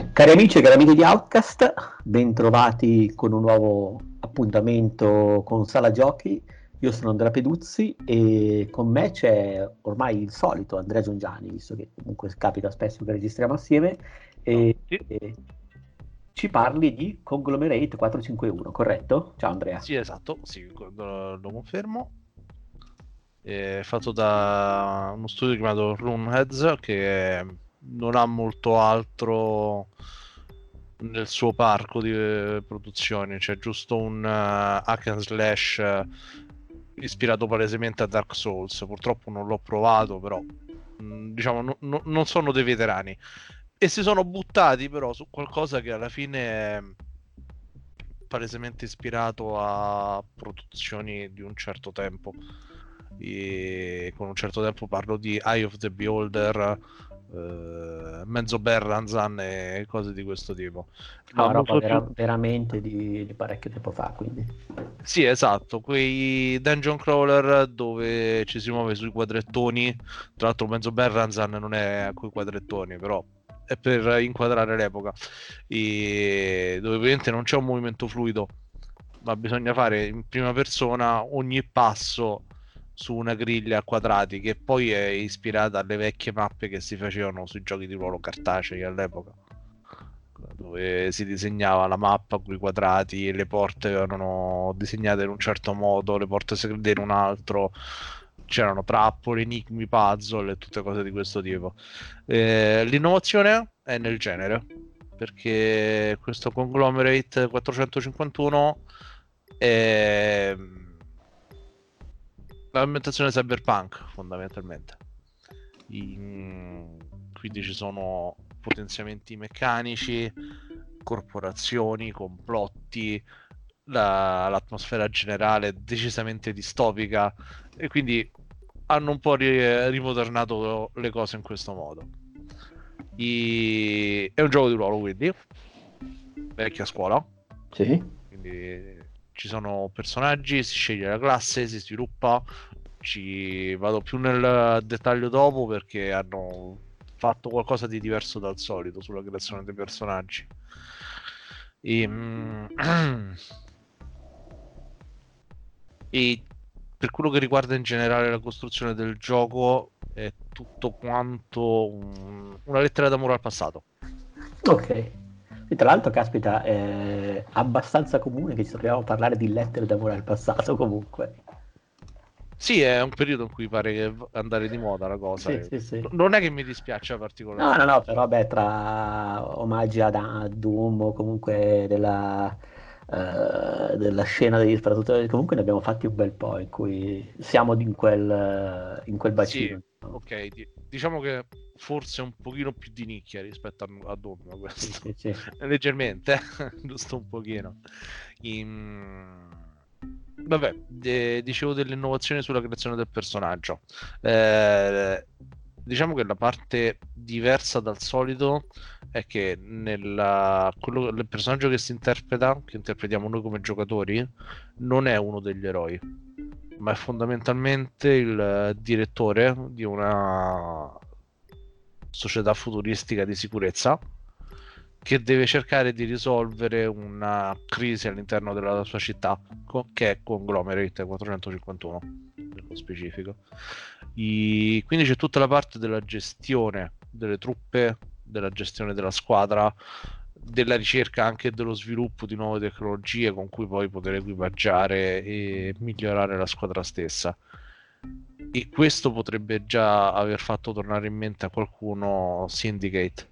Cari amici e cari amici di Outcast, bentrovati con un nuovo appuntamento con Sala Giochi. Io sono Andrea Peduzzi e con me c'è ormai il solito Andrea Giungiani, visto che comunque capita spesso che registriamo assieme, Ciao a e, tutti. e ci parli di Conglomerate 451, corretto? Ciao Andrea. Sì, esatto, sì, lo confermo. È fatto da uno studio chiamato Runeheads che non ha molto altro nel suo parco di produzioni, c'è giusto un hack and slash ispirato palesemente a Dark Souls. Purtroppo non l'ho provato, però diciamo non sono dei veterani e si sono buttati però su qualcosa che alla fine è palesemente ispirato a produzioni di un certo tempo. E con un certo tempo parlo di Eye of the Beholder, Mezzo Berranzan e cose di questo tipo. Ma No, roba molto più. veramente di parecchio tempo fa, quindi. Sì, esatto, quei dungeon crawler dove ci si muove sui quadrettoni. Tra l'altro Mezzo Berranzan non è coi quadrettoni, però è per inquadrare l'epoca. E dove ovviamente non c'è un movimento fluido, ma bisogna fare in prima persona ogni passo su una griglia a quadrati, che poi è ispirata alle vecchie mappe che si facevano sui giochi di ruolo cartacei all'epoca, dove si disegnava la mappa con i quadrati e le porte erano disegnate in un certo modo, le porte segrete in un altro, c'erano trappole, enigmi, puzzle e tutte cose di questo tipo. L'innovazione è nel genere, perché questo Conglomerate 451 è l'ambientazione cyberpunk fondamentalmente. In- Quindi ci sono potenziamenti meccanici, corporazioni, complotti, l'atmosfera generale è decisamente distopica e quindi hanno un po' rimodernato le cose in questo modo. È un gioco di ruolo, quindi vecchia scuola, Sì? quindi ci sono personaggi, si sceglie la classe, si sviluppa. Ci vado più nel dettaglio dopo perché hanno fatto qualcosa di diverso dal solito sulla creazione dei personaggi. E, e per quello che riguarda in generale la costruzione del gioco, è tutto quanto una lettera d'amore al passato. Ok. E tra l'altro, caspita, è abbastanza comune che ci troviamo a parlare di lettere d'amore al passato comunque. Sì, è un periodo in cui pare che andare di moda la cosa. Sì, sì, sì. Non è che mi dispiaccia No, no, no, particolarmente. però beh, tra omaggi a Doom o comunque della scena degli sparatori, comunque ne abbiamo fatti un bel po' in cui siamo in quel Sì, bacino. ok, diciamo che forse è un pochino più di nicchia rispetto a Doom Sì, questo, sì, sì. leggermente, giusto un pochino. Vabbè, dicevo delle innovazioni sulla creazione del personaggio. Eh, diciamo che la parte diversa dal solito è che il personaggio che si interpreta, che interpretiamo noi come giocatori, non è uno degli eroi, ma è fondamentalmente il direttore di una società futuristica di sicurezza che deve cercare di risolvere una crisi all'interno della sua città, che è Conglomerate 451, nello specifico. Quindi c'è tutta la parte della gestione delle truppe, della gestione della squadra, della ricerca anche dello sviluppo di nuove tecnologie con cui poi poter equipaggiare e migliorare la squadra stessa. E questo potrebbe già aver fatto tornare in mente a qualcuno Syndicate,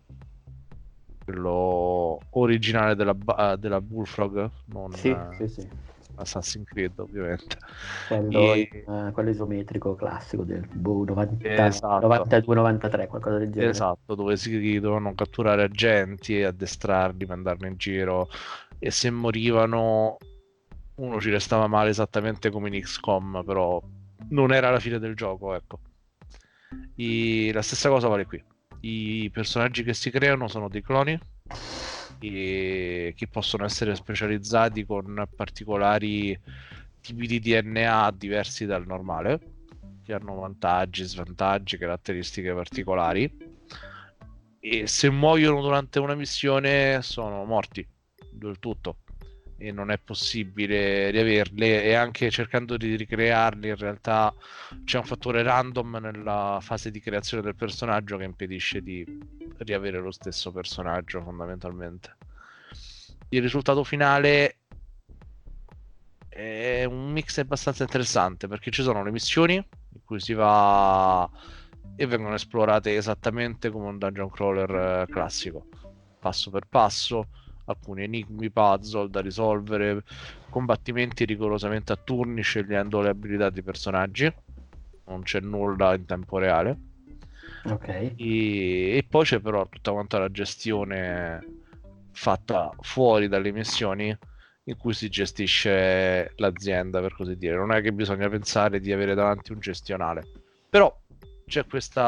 quello originale della Bullfrog, non Sì, sì, sì. Assassin's Creed ovviamente. E, Quello isometrico classico del 90, esatto, 92-93, qualcosa del genere. esatto, dove si dovevano catturare agenti e addestrarli, mandarli in giro e se morivano uno ci restava male esattamente come in XCOM, però non era la fine del gioco, ecco. La stessa cosa vale qui. I personaggi che si creano sono dei cloni che possono essere specializzati con particolari tipi di DNA diversi dal normale, che hanno vantaggi, svantaggi, caratteristiche particolari. e se muoiono durante una missione sono morti del tutto e non è possibile riaverle, e anche cercando di ricrearli in realtà c'è un fattore random nella fase di creazione del personaggio che impedisce di riavere lo stesso personaggio fondamentalmente. Il risultato finale è un mix abbastanza interessante perché ci sono le missioni in cui si va e vengono esplorate esattamente come un dungeon crawler classico, passo per passo, alcuni enigmi, puzzle da risolvere, combattimenti rigorosamente a turni scegliendo le abilità dei personaggi, non c'è nulla in tempo reale. Ok. E poi c'è però tutta quanta la gestione fatta fuori dalle missioni in cui si gestisce l'azienda, per così dire. Non è che bisogna pensare di avere davanti un gestionale, però c'è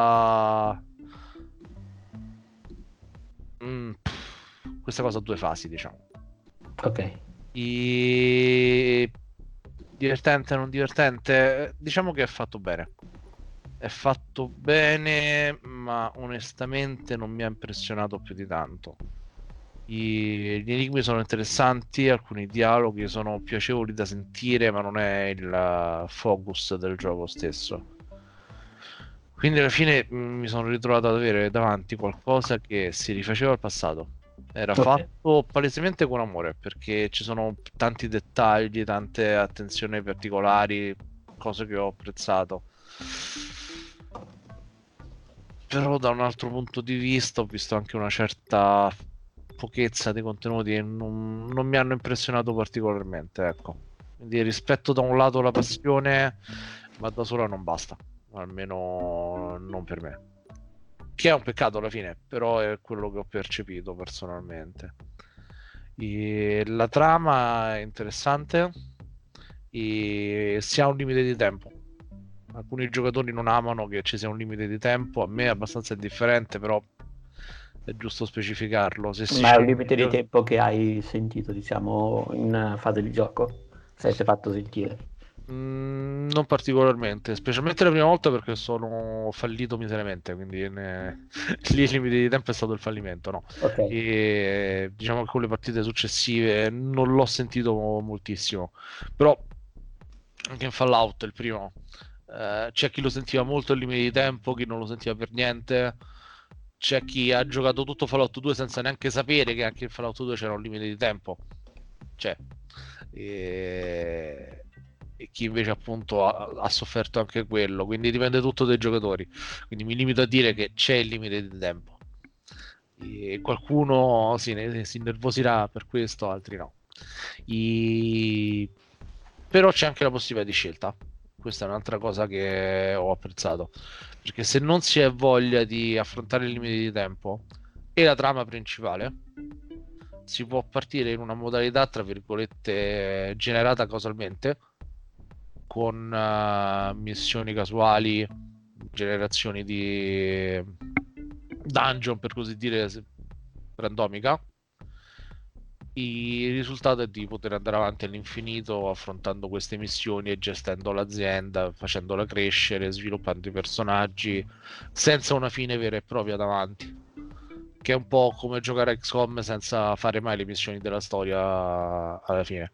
questa cosa a due fasi, diciamo. Ok. Divertente, non divertente? Diciamo che è fatto bene. È fatto bene, ma onestamente non mi ha impressionato più di tanto. Gli enigmi sono interessanti, alcuni dialoghi sono piacevoli da sentire, ma non è il focus del gioco stesso. Quindi alla fine mi sono ritrovato ad avere davanti qualcosa che si rifaceva al passato. Era Ok. fatto palesemente con amore, perché ci sono tanti dettagli, tante attenzioni particolari, cose che ho apprezzato. Però da un altro punto di vista ho visto anche una certa pochezza dei contenuti e non mi hanno impressionato particolarmente, ecco. Quindi rispetto da un lato la passione, ma da sola non basta, almeno non per me. Che è un peccato alla fine, però è quello che ho percepito personalmente. La trama è interessante e si ha un limite di tempo. Alcuni giocatori non amano che ci sia un limite di tempo, a me è abbastanza indifferente, però è giusto specificarlo. Se si Ma è un sceglie limite di tempo che hai sentito, diciamo, in fase di gioco? Se hai fatto sentire. Non particolarmente, specialmente la prima volta perché sono fallito miseramente, quindi lì il limite di tempo è stato il fallimento, no? Ok. E diciamo che con le partite successive non l'ho sentito moltissimo, però anche in Fallout, il primo, c'è chi lo sentiva molto il limite di tempo, chi non lo sentiva per niente. C'è chi ha giocato tutto Fallout 2 senza neanche sapere che anche in Fallout 2 c'era un limite di tempo. C'è. E chi invece appunto ha sofferto anche quello. Quindi dipende tutto dai giocatori. Quindi mi limito a dire che c'è il limite di tempo. E qualcuno si innervosirà per questo, altri no. I- Però c'è anche la possibilità di scelta. Questa è un'altra cosa che ho apprezzato. Perché se non si ha voglia di affrontare i limiti di tempo e la trama principale, si può partire in una modalità, tra virgolette, generata casualmente, con missioni casuali, generazioni di dungeon, per così dire, randomica. Il risultato è di poter andare avanti all'infinito affrontando queste missioni e gestendo l'azienda, facendola crescere, sviluppando i personaggi senza una fine vera e propria davanti. Che è un po' come giocare a XCOM senza fare mai le missioni della storia alla fine.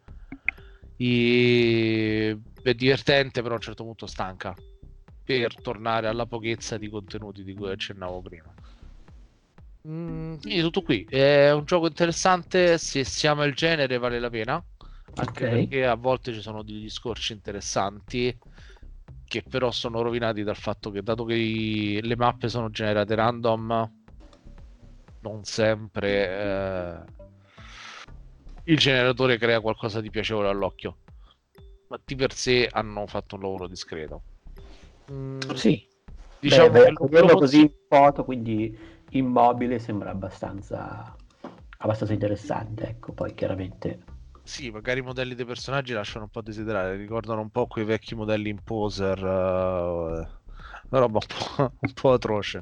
È divertente, però a un certo punto stanca per tornare alla pochezza di contenuti di cui accennavo prima. Quindi tutto qui. È un gioco interessante. Se si ama il genere, vale la pena. Ok. Anche perché a volte ci sono degli scorci interessanti che però sono rovinati dal fatto che, dato che le mappe sono generate random, non sempre il generatore crea qualcosa di piacevole all'occhio. Ma di per sé hanno fatto un lavoro discreto. Mm, Sì. Beh, diciamo che lo vederlo così consiglio. in foto, quindi immobile, sembra abbastanza interessante. Ecco, poi chiaramente. Sì, magari i modelli dei personaggi lasciano un po' a desiderare, ricordano un po' quei vecchi modelli in poser, una roba un po' atroce.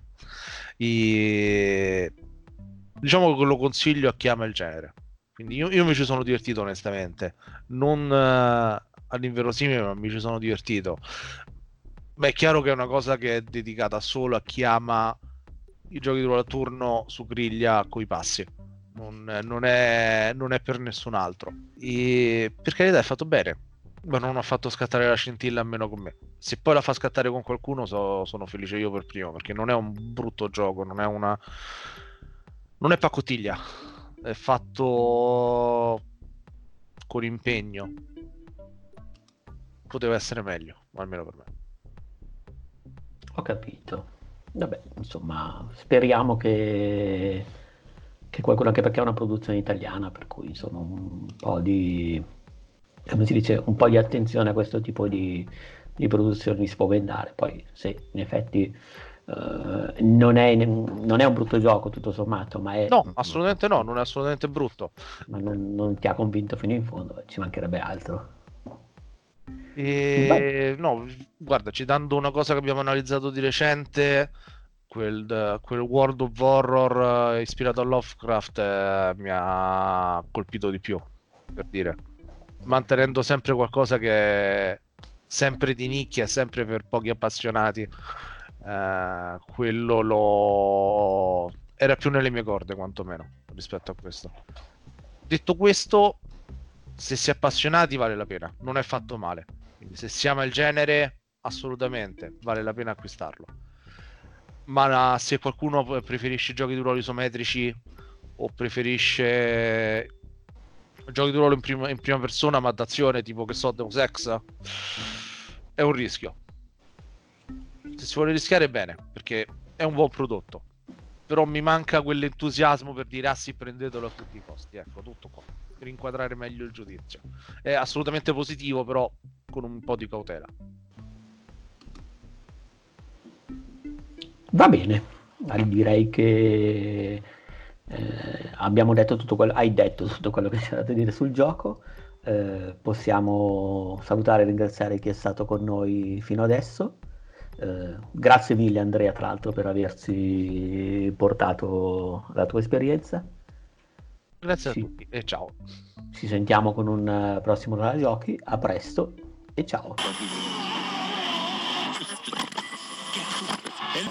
E... Diciamo che lo consiglio a chi ama il genere. Quindi io mi ci sono divertito onestamente, non all'inverosimile, ma mi ci sono divertito. Beh, è chiaro che è una cosa che è dedicata solo a chi ama i giochi di ruolo a turno su griglia coi passi. Non è per nessun altro. E per carità è fatto bene, ma non ha fatto scattare la scintilla almeno con me. Se poi la fa scattare con qualcuno sono felice io per primo, perché non è un brutto gioco, non è pacottiglia, è fatto con impegno. Poteva essere meglio, almeno per me. Ho capito. Vabbè, insomma, speriamo che qualcuno, anche perché è una produzione italiana, per cui insomma un po' di, come si dice, un po' di attenzione a questo tipo di produzioni si può vendare. Poi se in effetti non è un brutto gioco tutto sommato, No, assolutamente no, non è assolutamente brutto. ma non ti ha convinto fino in fondo, ci mancherebbe altro. Vai. No, guarda, citando una cosa che abbiamo analizzato di recente, quel World of Horror ispirato a Lovecraft mi ha colpito di più, per dire, mantenendo sempre qualcosa che è sempre di nicchia, sempre per pochi appassionati. Era più nelle mie corde, quantomeno, rispetto a questo. Detto questo, se si è appassionati vale la pena, non è fatto male. Quindi se si ama il genere, assolutamente vale la pena acquistarlo. Ma se qualcuno preferisce giochi di ruolo isometrici o preferisce giochi di ruolo in prima persona ma d'azione tipo che so Deus Ex, è un rischio. Se si vuole rischiare bene, perché è un buon prodotto, però mi manca quell'entusiasmo per dire ah sì, prendetelo a tutti i costi, ecco, tutto qua, per inquadrare meglio il giudizio. È assolutamente positivo, però con un po' di cautela. Va bene, direi che abbiamo detto tutto quello, hai detto tutto quello che c'era da dire sul gioco. Possiamo salutare e ringraziare chi è stato con noi fino adesso. Grazie mille Andrea, tra l'altro, per averci portato la tua esperienza. Grazie a Ci, tutti e ciao. ci sentiamo con un prossimo Giochi. A presto e ciao.